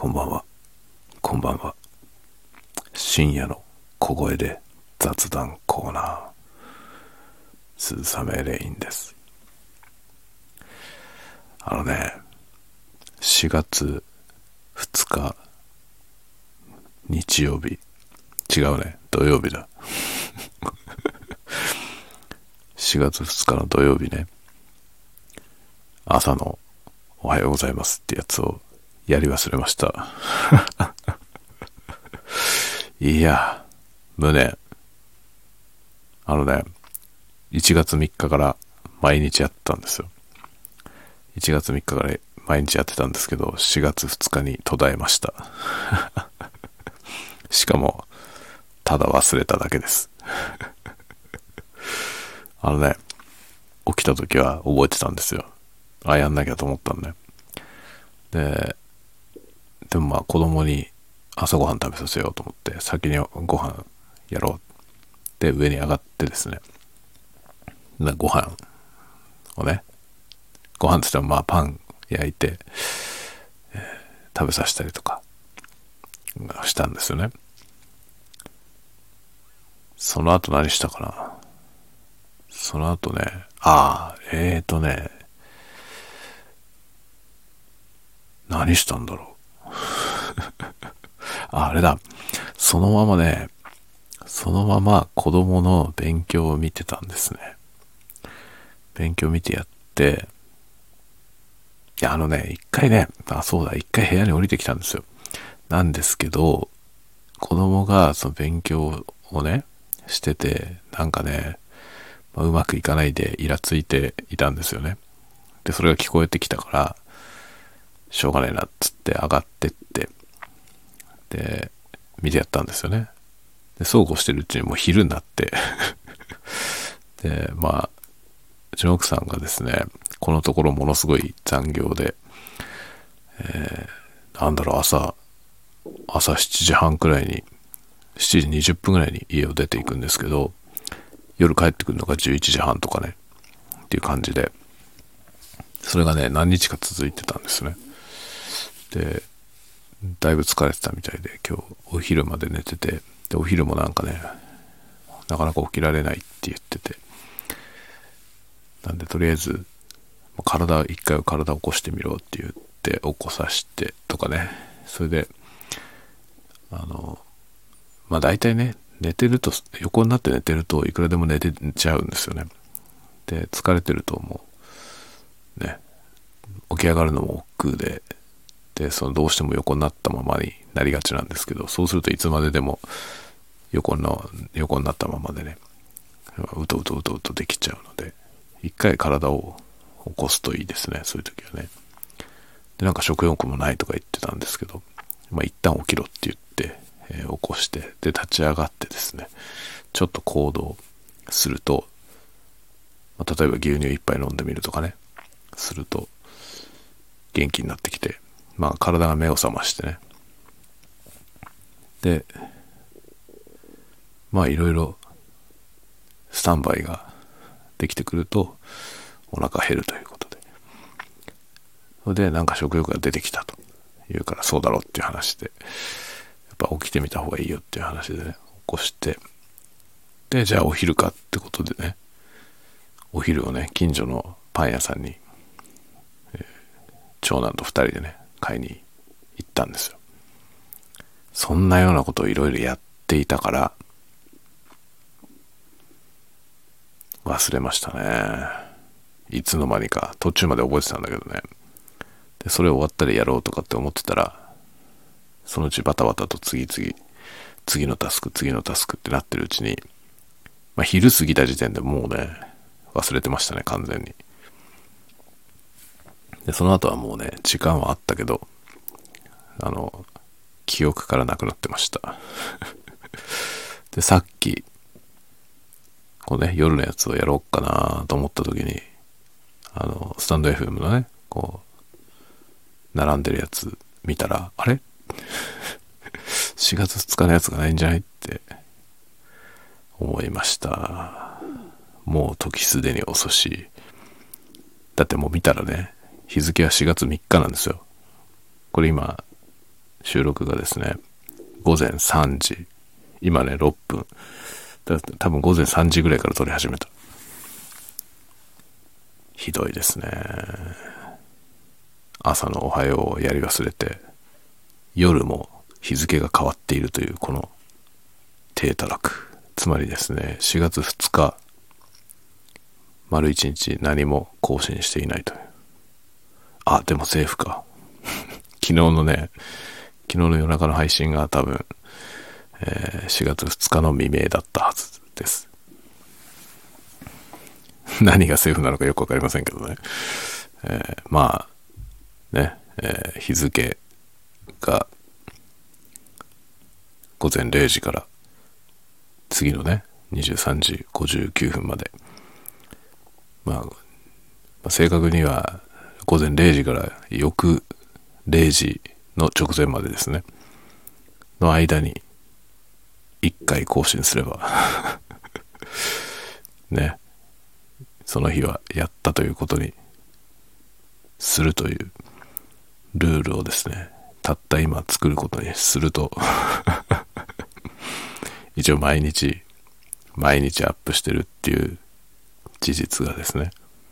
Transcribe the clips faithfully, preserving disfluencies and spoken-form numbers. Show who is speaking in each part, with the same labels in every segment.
Speaker 1: こんばんは。こんばんは。深夜の小声で雑談コーナー、鈴雨レインです。あのね、しがつふつか日曜日、違うね、土曜日だ。しがつふつかの土曜日ね、朝のおはようございますってやつをやり忘れました。いや、無念。あのね、いちがつみっかから毎日やったんですよ。いちがつみっかから毎日やってたんですけど、しがつふつかに途絶えました。しかも、ただ忘れただけです。あのね、起きた時は覚えてたんですよ。あ、やんなきゃと思ったんだよ。で、でもまあ子供に朝ごはん食べさせようと思って先にご飯やろうって上に上がってですね、ご飯をね、ご飯って言ってもまあパン焼いて、えー、食べさせたりとかしたんですよね。その後何したかな。その後ね、ああ、えーとね、何したんだろう。あ、あれだ。そのままね、そのまま子供の勉強を見てたんですね。勉強見てやって、いや、あのね、一回ね、あ、そうだ、一回部屋に降りてきたんですよ。なんですけど、子供がその勉強をね、してて、なんかね、まあ、うまくいかないでイラついていたんですよね。で、それが聞こえてきたから、しょうがないなっつって上がってって、で、見てやったんですよね。で、そうこうしてるうちにもう昼になってで、まあ、うちの奥さんがですね、このところものすごい残業で、えー、なんだろう、朝、朝しちじはんくらいに、しちじにじゅっぷんくらいに家を出ていくんですけど、夜帰ってくるのがじゅういちじはんとかね、っていう感じで、それがね、何日か続いてたんですね。で、だいぶ疲れてたみたいで、今日お昼まで寝てて、で、お昼もなんかね、なかなか起きられないって言ってて、なんでとりあえず、体、一回体を起こしてみろって言って起こさしてとかね、それで、あの、まあ大体ね、寝てると、横になって寝てるといくらでも寝てちゃうんですよね。で、疲れてるともう、ね、起き上がるのも億劫で、で、そのどうしても横になったままになりがちなんですけど、そうするといつまででも横の、横になったままでね、うとうとうとうとできちゃうので、一回体を起こすといいですね、そういう時はね。で、なんか食欲もないとか言ってたんですけど、まあ一旦起きろって言って、えー、起こして、で、立ち上がってですね、ちょっと行動すると、まあ、例えば牛乳一杯飲んでみるとかね、すると元気になってきて、まあ体が目を覚ましてね。で、まあいろいろスタンバイができてくるとお腹減るということで。それでなんか食欲が出てきたというからそうだろうっていう話で、やっぱ起きてみた方がいいよっていう話でね、起こして、で、じゃあお昼かってことでね、お昼をね、近所のパン屋さんに、えー、長男と二人でね、買いに行ったんですよ。そんなようなことをいろいろやっていたから、忘れましたね。いつの間にか、途中まで覚えてたんだけどね。で、それ終わったらやろうとかって思ってたら、そのうちバタバタと次々、次のタスク、次のタスクってなってるうちに、まあ昼過ぎた時点でもうね、忘れてましたね、完全に。で、その後はもうね、時間はあったけど、あの、記憶からなくなってました。で、さっき、こうね、夜のやつをやろうかなと思った時に、あの、スタンド エフエム のね、こう、並んでるやつ見たら、あれしがつふつかのやつがないんじゃないって思いました。もう時すでに遅し。だってもう見たらね、日付はしがつみっかなんですよ。これ今、 収録がですね、ごぜんさんじ、今ね、ろっぷん。だ多分ごぜんさんじぐらいから撮り始めた。ひどいですね。朝のおはようをやり忘れて、夜も日付が変わっているというこの低たらく。つまりですね、しがつふつか、丸一日何も更新していないという。あ、でもセーフか。昨日のね、昨日の夜中の配信が多分、えー、しがつふつかの未明だったはずです。何がセーフなのかよくわかりませんけどね。えー、まあ、ね、えー、日付がごぜんれいじから次のね、にじゅうさんじごじゅうきゅうふんまで。まあ、まあ、正確にはごぜんれいじから翌れいじの直前までですね。の間にいっかい更新すればね、その日はやったということにするというルールをですね、たった今作ることにすると一応毎日毎日アップしてるっていう事実がですね、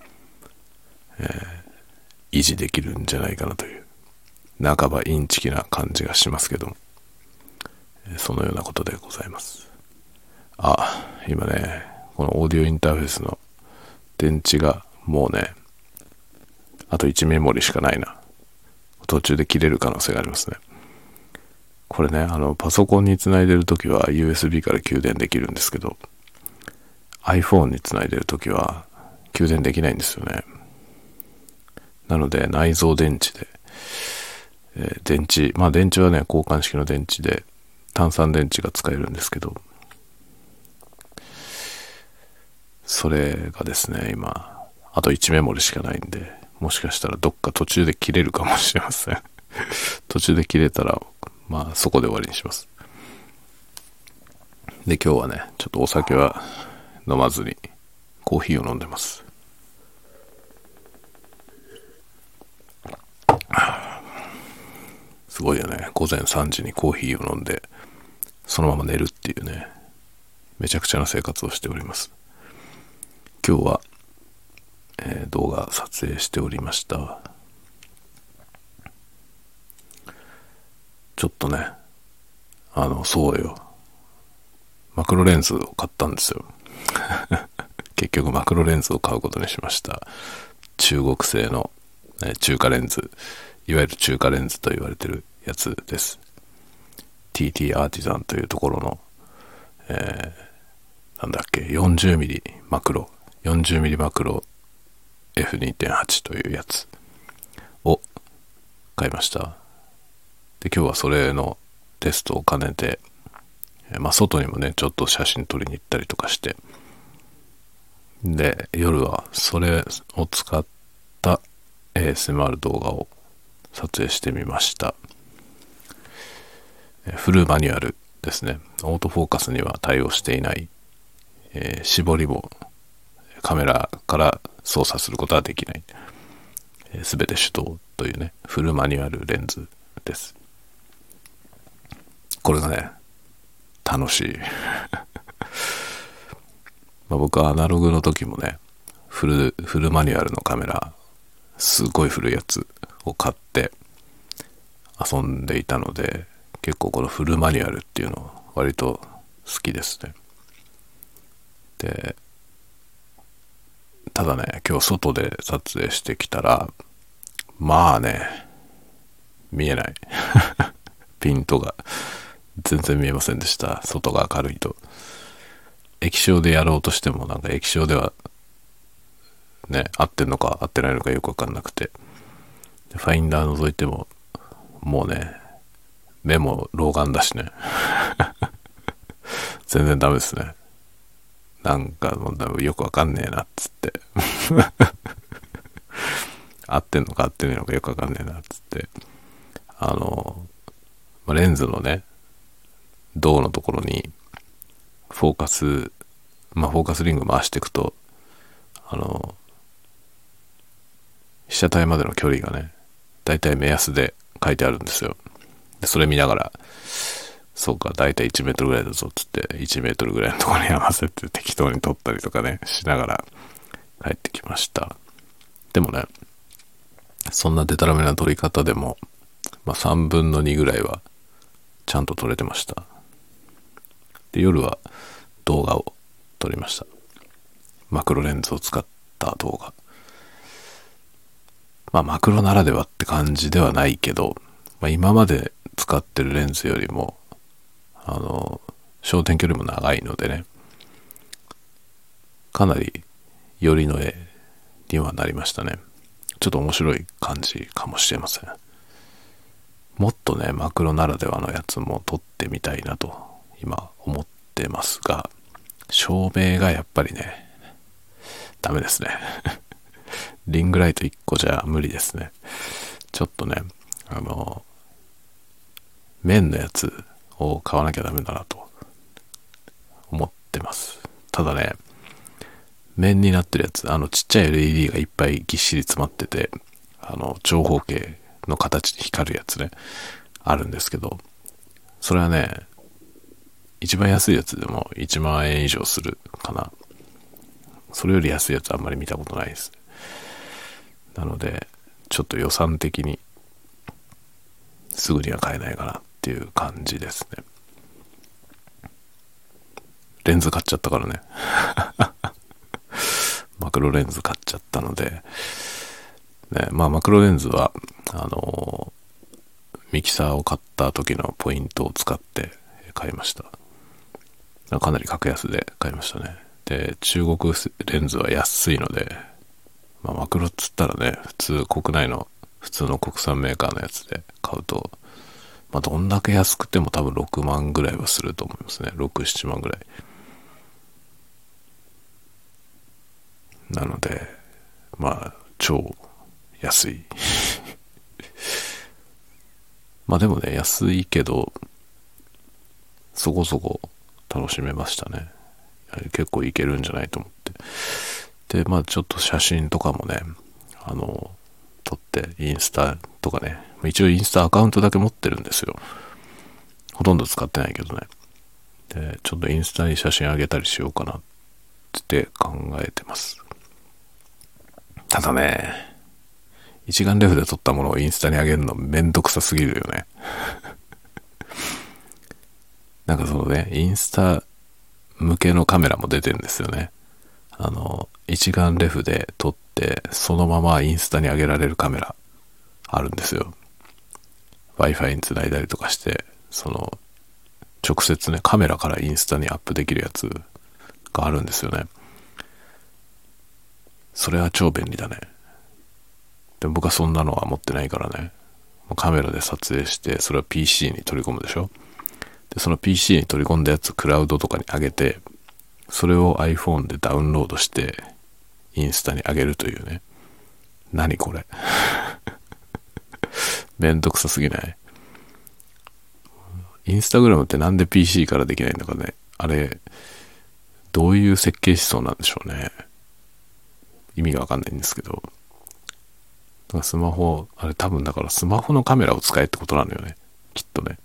Speaker 1: えー、維持できるんじゃないかなという半ばインチキな感じがしますけども、そのようなことでございます。あ、今ね、このオーディオインターフェースの電池がもうね、あといちメモリしかないな。途中で切れる可能性がありますね。これね、あのパソコンにつないでるときは ユーエスビー から給電できるんですけど、 iPhone につないでるときは給電できないんですよね。なので内蔵電池で、えー、電池まあ電池はね、交換式の電池で単三電池が使えるんですけど、それがですね、今あといちメモリしかないんで、もしかしたらどっか途中で切れるかもしれません途中で切れたらまあそこで終わりにします。で、今日はね、ちょっとお酒は飲まずにコーヒーを飲んでます。すごいよね、ごぜんさんじにコーヒーを飲んでそのまま寝るっていうね、めちゃくちゃな生活をしております。今日は、えー、動画撮影しておりました。ちょっとね、あのそうよ、マクロレンズを買ったんですよ結局マクロレンズを買うことにしました。中国製の、ね、中華レンズ、いわゆる中華レンズと言われてるやつです。 ティーティー アーティザンというところの、えー、なんだっけ よんじゅうミリ マクロ よんじゅうミリ マクロ エフにてんはち というやつを買いました。で、今日はそれのテストを兼ねて、まあ外にもねちょっと写真撮りに行ったりとかして、で夜はそれを使った エーエスエムアール 動画を撮影してみました。フルマニュアルですね。オートフォーカスには対応していない、えー、絞りもカメラから操作することはできない、えー、全て手動というね、フルマニュアルレンズです。これがね楽しいまあ僕はアナログの時もね、フルフルマニュアルのカメラ、すごい古いやつを買って遊んでいたので、結構このフルマニュアルっていうの割と好きですね。で、ただね、今日外で撮影してきたら、まあね、見えないピントが全然見えませんでした。外が明るいと。液晶でやろうとしても、なんか液晶ではね、合ってんのか合ってないのかよくわかんなくて、ファインダー覗いてももうね、目も老眼だしね全然ダメですね。なんかもうよくわかんねえなっつって合ってんのか合ってないのかよくわかんねえなっつって、あのレンズのね胴のところにフォーカスまあフォーカスリング回していくと、あの被写体までの距離がねだいたい目安で書いてあるんですよ。 で、それ見ながら、そうか、だいたいいちメートルぐらいだぞっつって、いちメートルぐらいのところに合わせて適当に撮ったりとかね、しながら帰ってきました。でもね、そんなデタラメな撮り方でも、まあさんぶんのにぐらいはちゃんと撮れてました。で、夜は動画を撮りました。マクロレンズを使った動画。まあマクロならではって感じではないけど、まあ、今まで使ってるレンズよりも、あの、焦点距離も長いのでね、かなりよりの絵にはなりましたね。ちょっと面白い感じかもしれません。もっとね、マクロならではのやつも撮ってみたいなと今思ってますが、照明がやっぱりね、ダメですね。リングライトいっこじゃ無理ですね。ちょっとね、あの、面のやつを買わなきゃダメだなと思ってます。ただね、面になってるやつ、あのちっちゃい エルイーディー がいっぱいぎっしり詰まってて、あの長方形の形で光るやつね、あるんですけど、それはね、一番安いやつでもいちまんえん以上するかな。それより安いやつあんまり見たことないです。なのでちょっと予算的にすぐには買えないかなっていう感じですね。レンズ買っちゃったからね。マクロレンズ買っちゃったので、ね、まあマクロレンズはあのー、ミキサーを買った時のポイントを使って買いました。かなり格安で買いましたね。で、中国レンズは安いので、まあ、マクロっつったらね、普通国内の普通の国産メーカーのやつで買うと、まあ、どんだけ安くても多分ろくまんぐらいはすると思いますね。ろく、ななまんぐらい。なので、まあ、超安い。まあでもね、安いけど、そこそこ楽しめましたね。結構いけるんじゃないと思って。で、まあちょっと写真とかもね、あの、撮って、インスタとかね、一応インスタアカウントだけ持ってるんですよ。ほとんど使ってないけどね。で、ちょっとインスタに写真あげたりしようかなって考えてます。ただね、一眼レフで撮ったものをインスタにあげるのめんどくさすぎるよね。なんかそのね、インスタ向けのカメラも出てるんですよね。あの、一眼レフで撮って、そのままインスタに上げられるカメラあるんですよ。Wi-Fi につないだりとかして、その、直接ね、カメラからインスタにアップできるやつがあるんですよね。それは超便利だね。でも僕はそんなのは持ってないからね。カメラで撮影して、それは ピーシー に取り込むでしょ。で、その ピーシー に取り込んだやつクラウドとかに上げて、それを iPhone でダウンロードしてインスタに上げるというね。何これ。めんどくさすぎない？インスタグラムってなんで ピーシー からできないんだかね。あれ、どういう設計思想なんでしょうね。意味がわかんないんですけど。スマホ、あれ多分だからスマホのカメラを使えってことなのよね。きっとね。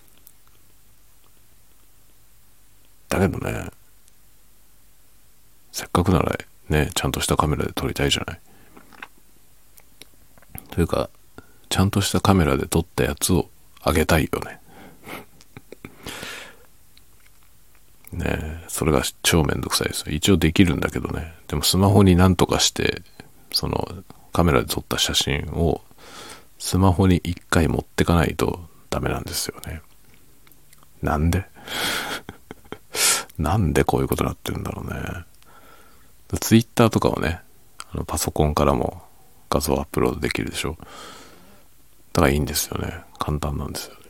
Speaker 1: だけどね、せっかくならね、ちゃんとしたカメラで撮りたいじゃない。というか、ちゃんとしたカメラで撮ったやつをあげたいよね。ねえ、それが超めんどくさいですよ。一応できるんだけどね。でもスマホになんとかして、そのカメラで撮った写真をスマホに一回持ってかないとダメなんですよね。なんでなんでこういうことになってるんだろうね。ツイッターとかはね、あのパソコンからも画像アップロードできるでしょ。だからいいんですよね。簡単なんですよ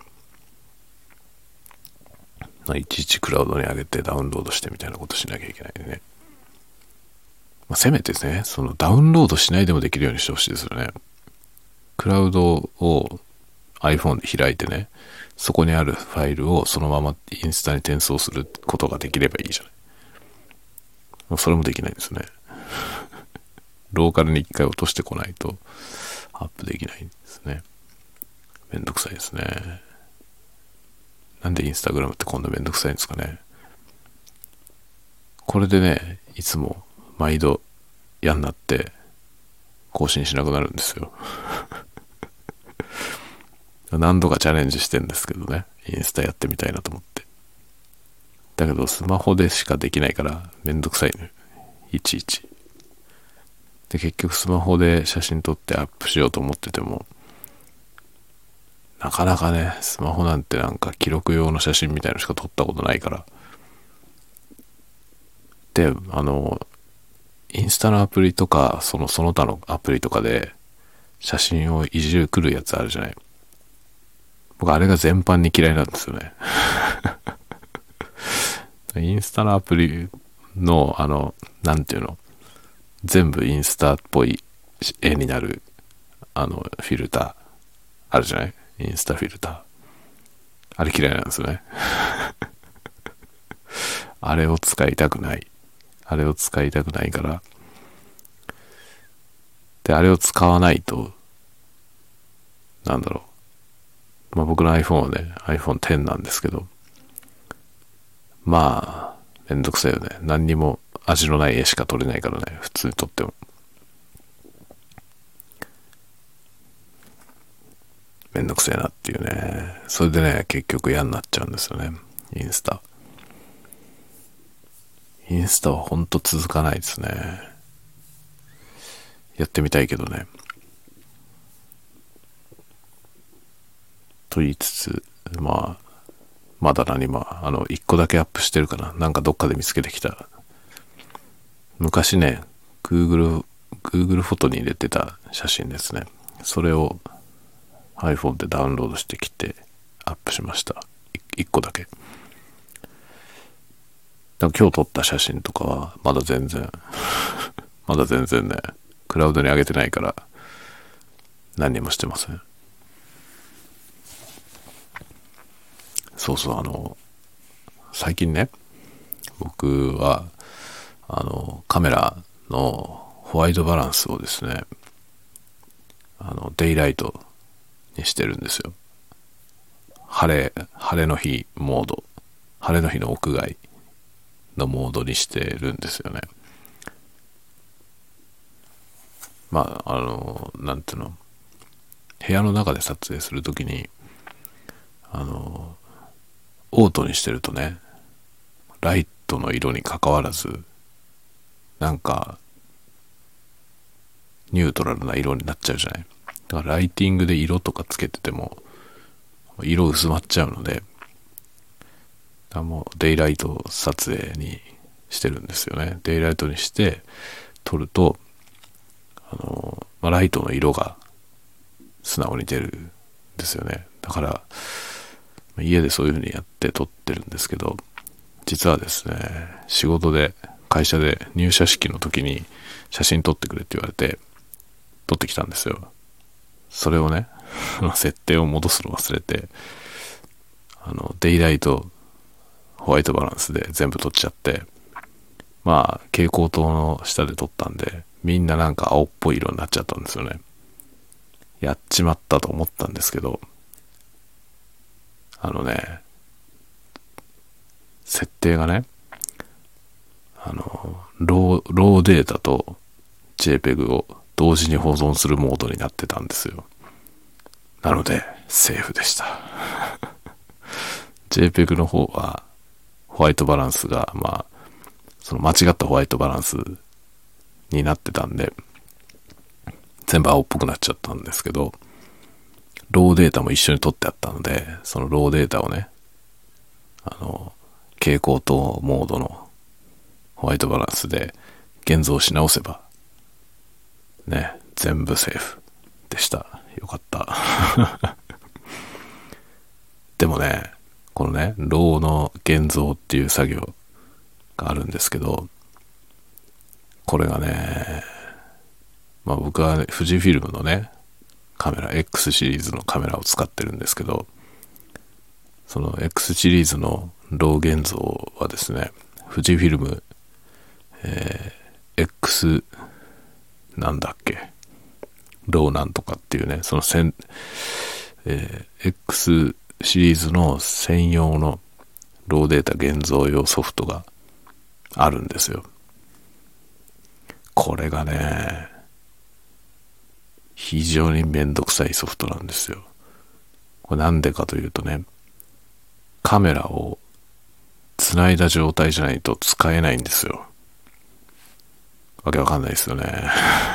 Speaker 1: ね。いちいちクラウドに上げてダウンロードしてみたいなことしなきゃいけないね。まあ、せめてですね、そのダウンロードしないでもできるようにしてほしいですよね。クラウドを iPhone で開いてね、そこにあるファイルをそのままインスタに転送することができればいいじゃない。もうそれもできないですね。ローカルに一回落としてこないとアップできないんですね。めんどくさいですね。 なんでインスタグラムってこんなめんどくさいんですかね。これでね、いつも毎度嫌になって更新しなくなるんですよ。何度かチャレンジしてんですけどね、インスタやってみたいなと思って。だけどスマホでしかできないからめんどくさいね、いちいち。で結局スマホで写真撮ってアップしようと思ってても、なかなかね、スマホなんてなんか記録用の写真みたいのしか撮ったことないから。で、あの、インスタのアプリとか、そのその他のアプリとかで写真をいじるくるやつあるじゃない。僕あれが全般に嫌いなんですよね。インスタのアプリの、あの、なんていうの、全部インスタっぽい絵になる、あの、フィルター、あるじゃない？インスタフィルター。あれ嫌いなんですよね。あれを使いたくない。あれを使いたくないから。で、あれを使わないと、なんだろう。まあ僕の iPhone はね、アイフォンテン なんですけど、まあ、めんどくさいよね。何にも味のない絵しか撮れないからね、普通に撮っても。めんどくせえなっていうね。それでね、結局嫌になっちゃうんですよね、インスタ。インスタはほんと続かないですね。やってみたいけどね。と言いつつ、まあ、まだ何も、あの、一個だけアップしてるかな。なんかどっかで見つけてきた。昔ね、Google、Google フォトに入れてた写真ですね。それを iPhone でダウンロードしてきてアップしました。一個だけ。だから今日撮った写真とかはまだ全然、まだ全然ね、クラウドに上げてないから何にもしてません。そうそう、あの、最近ね、僕は、あの、カメラのホワイトバランスをですね、あの、デイライトにしてるんですよ。晴れ、晴れの日モード、晴れの日の屋外のモードにしてるんですよね。まあ、あの、なんていうの、部屋の中で撮影するときに、あの、オートにしてるとね、ライトの色に関わらず、なんか、ニュートラルな色になっちゃうじゃない。だからライティングで色とかつけてても、色薄まっちゃうので、だからもうデイライト撮影にしてるんですよね。デイライトにして撮ると、あの、まあ、ライトの色が素直に出るんですよね。だから、家でそういう風にやって撮ってるんですけど、実はですね、仕事で、会社で入社式の時に写真撮ってくれって言われて、撮ってきたんですよ。それをね、設定を戻すの忘れて、あの、デイライト、ホワイトバランスで全部撮っちゃって、まあ、蛍光灯の下で撮ったんで、みんななんか青っぽい色になっちゃったんですよね。やっちまったと思ったんですけど、あのね、設定がね、あの、ロー、ローデータと JPEG を同時に保存するモードになってたんですよ。なので、セーフでした。JPEG の方は、ホワイトバランスが、まあ、その間違ったホワイトバランスになってたんで、全部青っぽくなっちゃったんですけど、ローデータも一緒に取ってあったので、そのローデータをね、あの、蛍光灯モードのホワイトバランスで現像し直せば、ね、全部セーフでした。よかった。でもね、このね、ローの現像っていう作業があるんですけど、これがね、まあ僕は、ね、富士フィルムのね、カメラ、X シリーズのカメラを使ってるんですけど、その X シリーズのロー現像はですね、富士フィルム、えー、X なんだっけ、ローなんとかっていうね、その線、えー、X シリーズの専用のローデータ現像用ソフトがあるんですよ。これがね、非常にめんどくさいソフトなんですよ。これなんでかというとね、カメラをつないだ状態じゃないと使えないんですよ。わけわかんないですよね。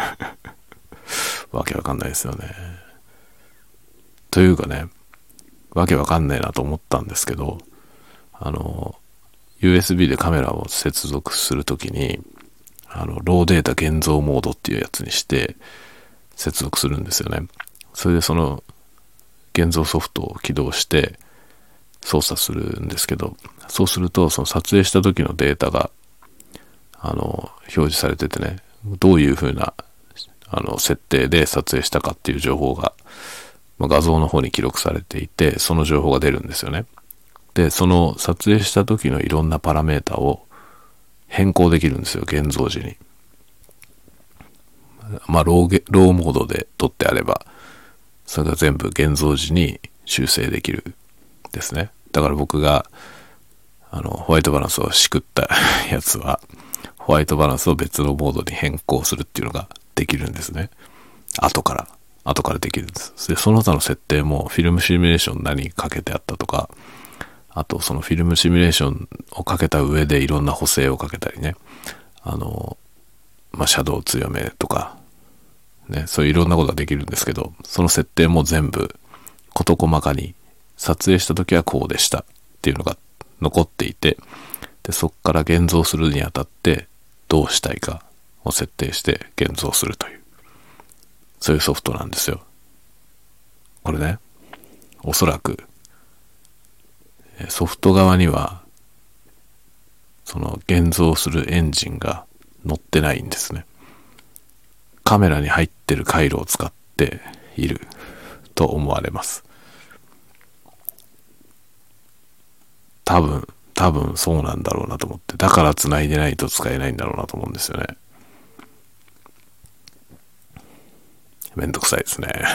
Speaker 1: わけわかんないですよね。というかね、わけわかんないなと思ったんですけど、あの、ユーエスビー でカメラを接続するときに、あの、ローデータ現像モードっていうやつにして接続するんですよね。それでその現像ソフトを起動して操作するんですけど、そうするとその撮影した時のデータがあの表示されててね、どういう風なあの設定で撮影したかっていう情報が、まあ、画像の方に記録されていて、その情報が出るんですよね。で、その撮影した時のいろんなパラメータを変更できるんですよ、現像時に。まあローゲ、ローモードで撮ってあれば、それが全部現像時に修正できるですね。だから僕があのホワイトバランスをしくったやつは、ホワイトバランスを別のモードに変更するっていうのができるんですね。後から、後からできるんです。で、その他の設定もフィルムシミュレーション何かけてあったとか、あとそのフィルムシミュレーションをかけた上でいろんな補正をかけたりね、あの、まあ、シャドウ強めとか、ね、そういういろんなことができるんですけど、その設定も全部事細かに撮影した時はこうでしたっていうのが残っていて、でそこから現像するにあたってどうしたいかを設定して現像するという、そういうソフトなんですよ。これね、おそらくソフト側にはその現像するエンジンが載ってないんですね。カメラに入ってる回路を使っていると思われます。多分、多分そうなんだろうなと思って、だから繋いでないと使えないんだろうなと思うんですよね。めんどくさいですね。だ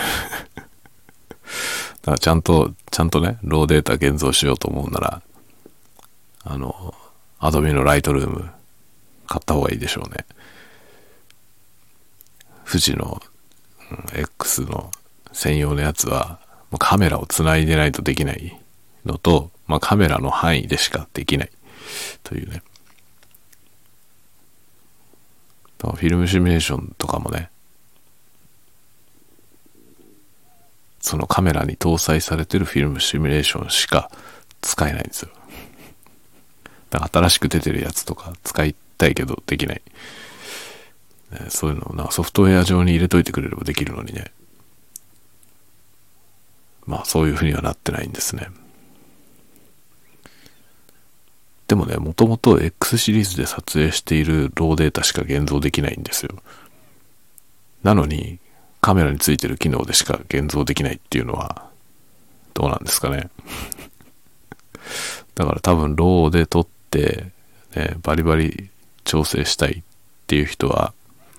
Speaker 1: からちゃんと、ちゃんとね、ローデータ現像しようと思うなら、あの、Adobe の Lightroom 買った方がいいでしょうね。富士の、うん、X の専用のやつは、カメラを繋いでないとできないのと、まあ、カメラの範囲でしかできないというね。フィルムシミュレーションとかもね、そのカメラに搭載されてるフィルムシミュレーションしか使えないんですよ。だから新しく出てるやつとか使いたいけどできない。ね、そういうのをなソフトウェア上に入れといてくれればできるのにね。まあそういうふうにはなってないんですね。でもね、もともと X シリーズで撮影しているローデータしか現像できないんですよ。なのにカメラについてる機能でしか現像できないっていうのはどうなんですかね。だから多分ローで撮って、ね、バリバリ調整したいっていう人は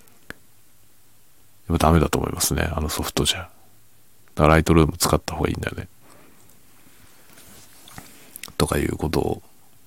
Speaker 1: やっぱダメだと思いますね、あのソフトじゃ。だからライトルーム使った方がいいんだよね。とかいうことを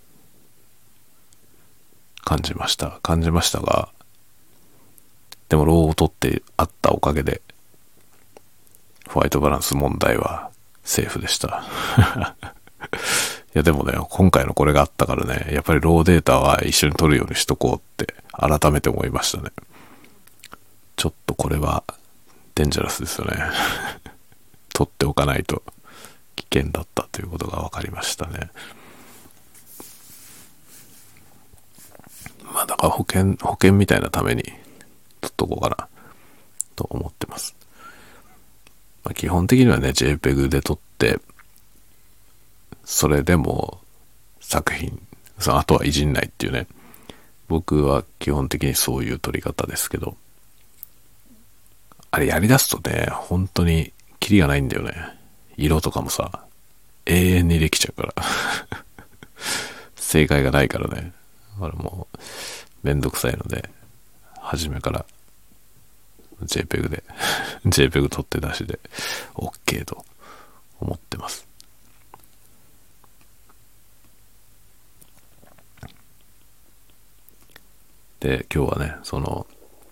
Speaker 1: 感じました。感じましたが、でもローを取ってあったおかげで、ホワイトバランス問題はセーフでした。いやでもね、今回のこれがあったからね、やっぱりローデータは一緒に取るようにしとこうって改めて思いましたね。ちょっとこれはデンジャラスですよね。取っておかないと危険だったということが分かりましたね。まあだから保険、保険みたいなために取っとこうかなと思ってます。まあ、基本的にはね JPEG で撮ってそれでも作品そのあとはいじんないっていうね、僕は基本的にそういう撮り方ですけど、あれやりだすとね本当にキリがないんだよね。色とかもさ永遠にできちゃうから正解がないからね。だからもうめんどくさいので初めから JPEG でJPEG 撮って出しで OK と思ってます。 で、今日はね、その、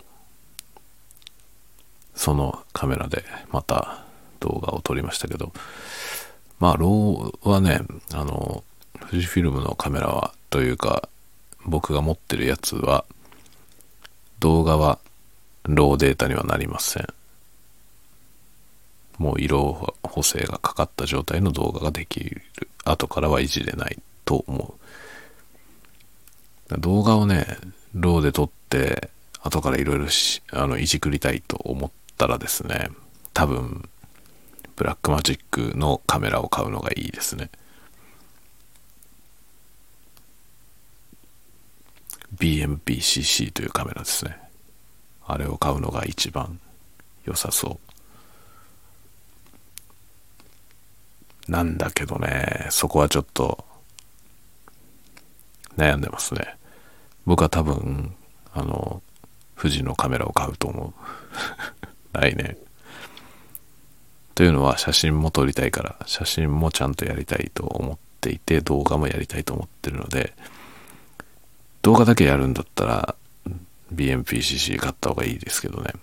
Speaker 1: そのカメラでまた動画を撮りましたけど、まあ、ローはね、あの、富士フィルムのカメラは、というか、僕が持ってるやつは、動画はローデータにはなりません。もう色補正がかかった状態の動画ができる。後からはいじれないと思う。動画をね、ローで撮って、後からいろいろあのいじくりたいと思ったらですね、多分、ブラックマジックのカメラを買うのがいいですね。ビーエムピーシーシー というカメラですね。あれを買うのが一番良さそう。なんだけどね、そこはちょっと悩んでますね。僕は多分、あの、富士のカメラを買うと思う。来年。というのは写真も撮りたいから、写真もちゃんとやりたいと思っていて、動画もやりたいと思ってるので、動画だけやるんだったら ビーエムピーシーシー 買った方がいいですけどね。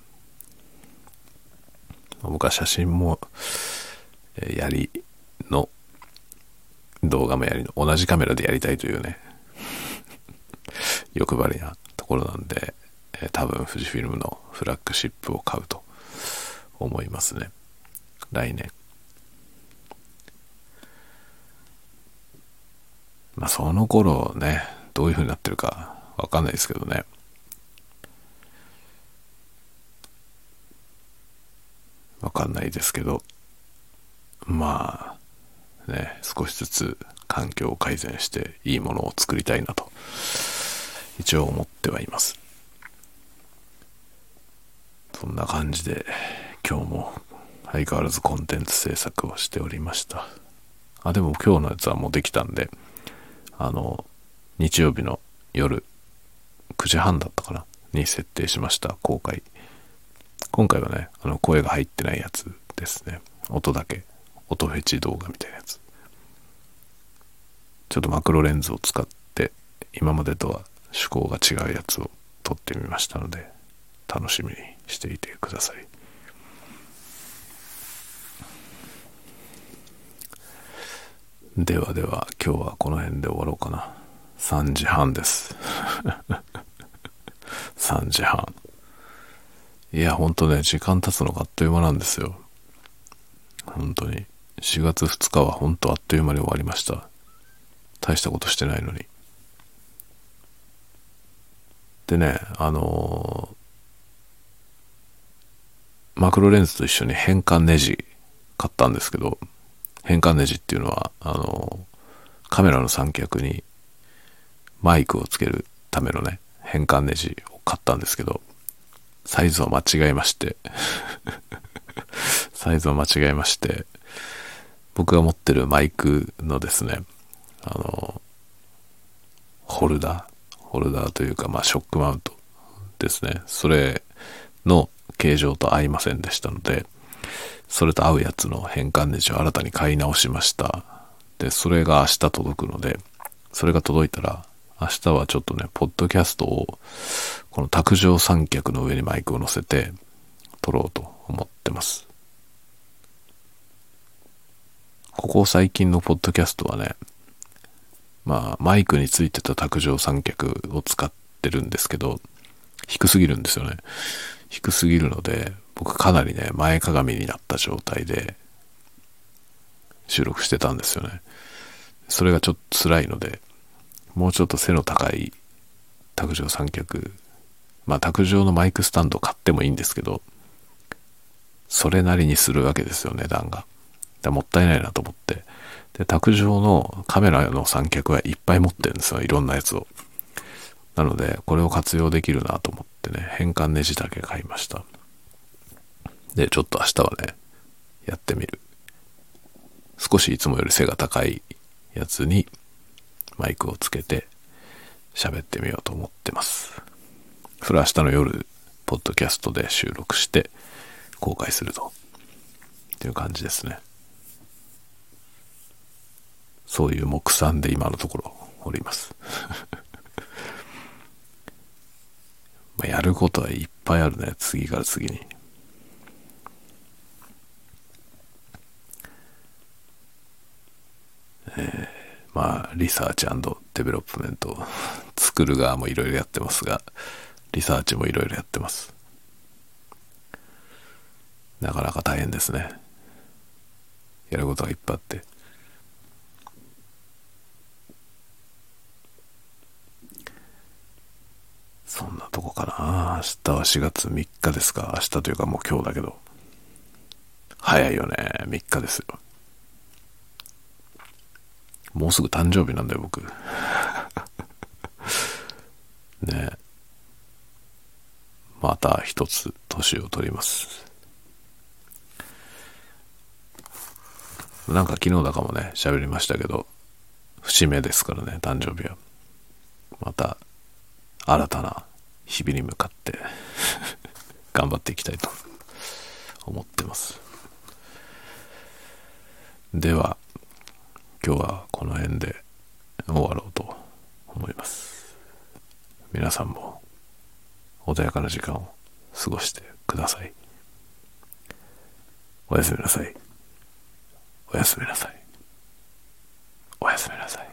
Speaker 1: 僕は写真もやりの、動画もやりの、同じカメラでやりたいというね、欲張りなところなんで、多分富士フィルムのフラッグシップを買うと思いますね。来年。まあその頃ね、どういう風になってるかわかんないですけどね。わかんないですけど、まあね、少しずつ環境を改善していいものを作りたいなと一応思ってはいます。そんな感じで今日も相変わらずコンテンツ制作をしておりました。あ、でも今日のやつはもうできたんで、あの日曜日の夜くじはんだったかなに設定しました。公開。今回はね、あの声が入ってないやつですね。音だけ、音フェチ動画みたいなやつ。ちょっとマクロレンズを使って今までとは趣向が違うやつを撮ってみましたので、楽しみにしていてください。ではでは今日はこの辺で終わろうかな。さんじはんですさんじはん。いやほんとね、時間経つのがあっという間なんですよ。本当にしがつふつかは本当あっという間に終わりました。大したことしてないのに。でね、あのー、マクロレンズと一緒に変換ネジ買ったんですけど、変換ネジっていうのはあのー、カメラの三脚にマイクをつけるためのね、変換ネジを買ったんですけど、サイズを間違えましてサイズを間違えまして僕が持ってるマイクのですね、あのホルダーホルダーというか、まあショックマウントですね、それの形状と合いませんでしたので、それと合うやつの変換ネジを新たに買い直しました。でそれが明日届くので、それが届いたら明日はちょっとね、ポッドキャストをこの卓上三脚の上にマイクを乗せて撮ろうと思ってます。ここ最近のポッドキャストはね、まあマイクについてた卓上三脚を使ってるんですけど、低すぎるんですよね。低すぎるので、僕かなりね、前かがみになった状態で収録してたんですよね。それがちょっと辛いので、もうちょっと背の高い卓上三脚、まあ卓上のマイクスタンドを買ってもいいんですけど、それなりにするわけですよ、値段が。だもったいないなと思って。で、卓上のカメラの三脚はいっぱい持ってるんですよ、いろんなやつを。なので、これを活用できるなと思ってね、変換ネジだけ買いました。で、ちょっと明日はね、やってみる。少しいつもより背が高いやつにマイクをつけて喋ってみようと思ってます。それは明日の夜、ポッドキャストで収録して公開すると。っていう感じですね。そういう目算で今のところおります。 まあ、やることはいっぱいあるね、次から次に。まあ、リサーチ&デベロップメント、作る側もいろいろやってますが、リサーチもいろいろやってます。なかなか大変ですね。やることがいっぱいあって。そんなとこかな。明日はしがつみっかですか。明日というかもう今日だけど。早いよね。みっかですよ。もうすぐ誕生日なんだよ、僕。ね。また一つ年を取ります。なんか昨日だかもね、喋りましたけど、節目ですからね、誕生日は。また新たな日々に向かって頑張っていきたいと思ってます。では、今日はこの辺で終わろうと思います。皆さんも穏やかな時間を過ごしてください。おやすみなさい。おやすみなさい。おやすみなさい。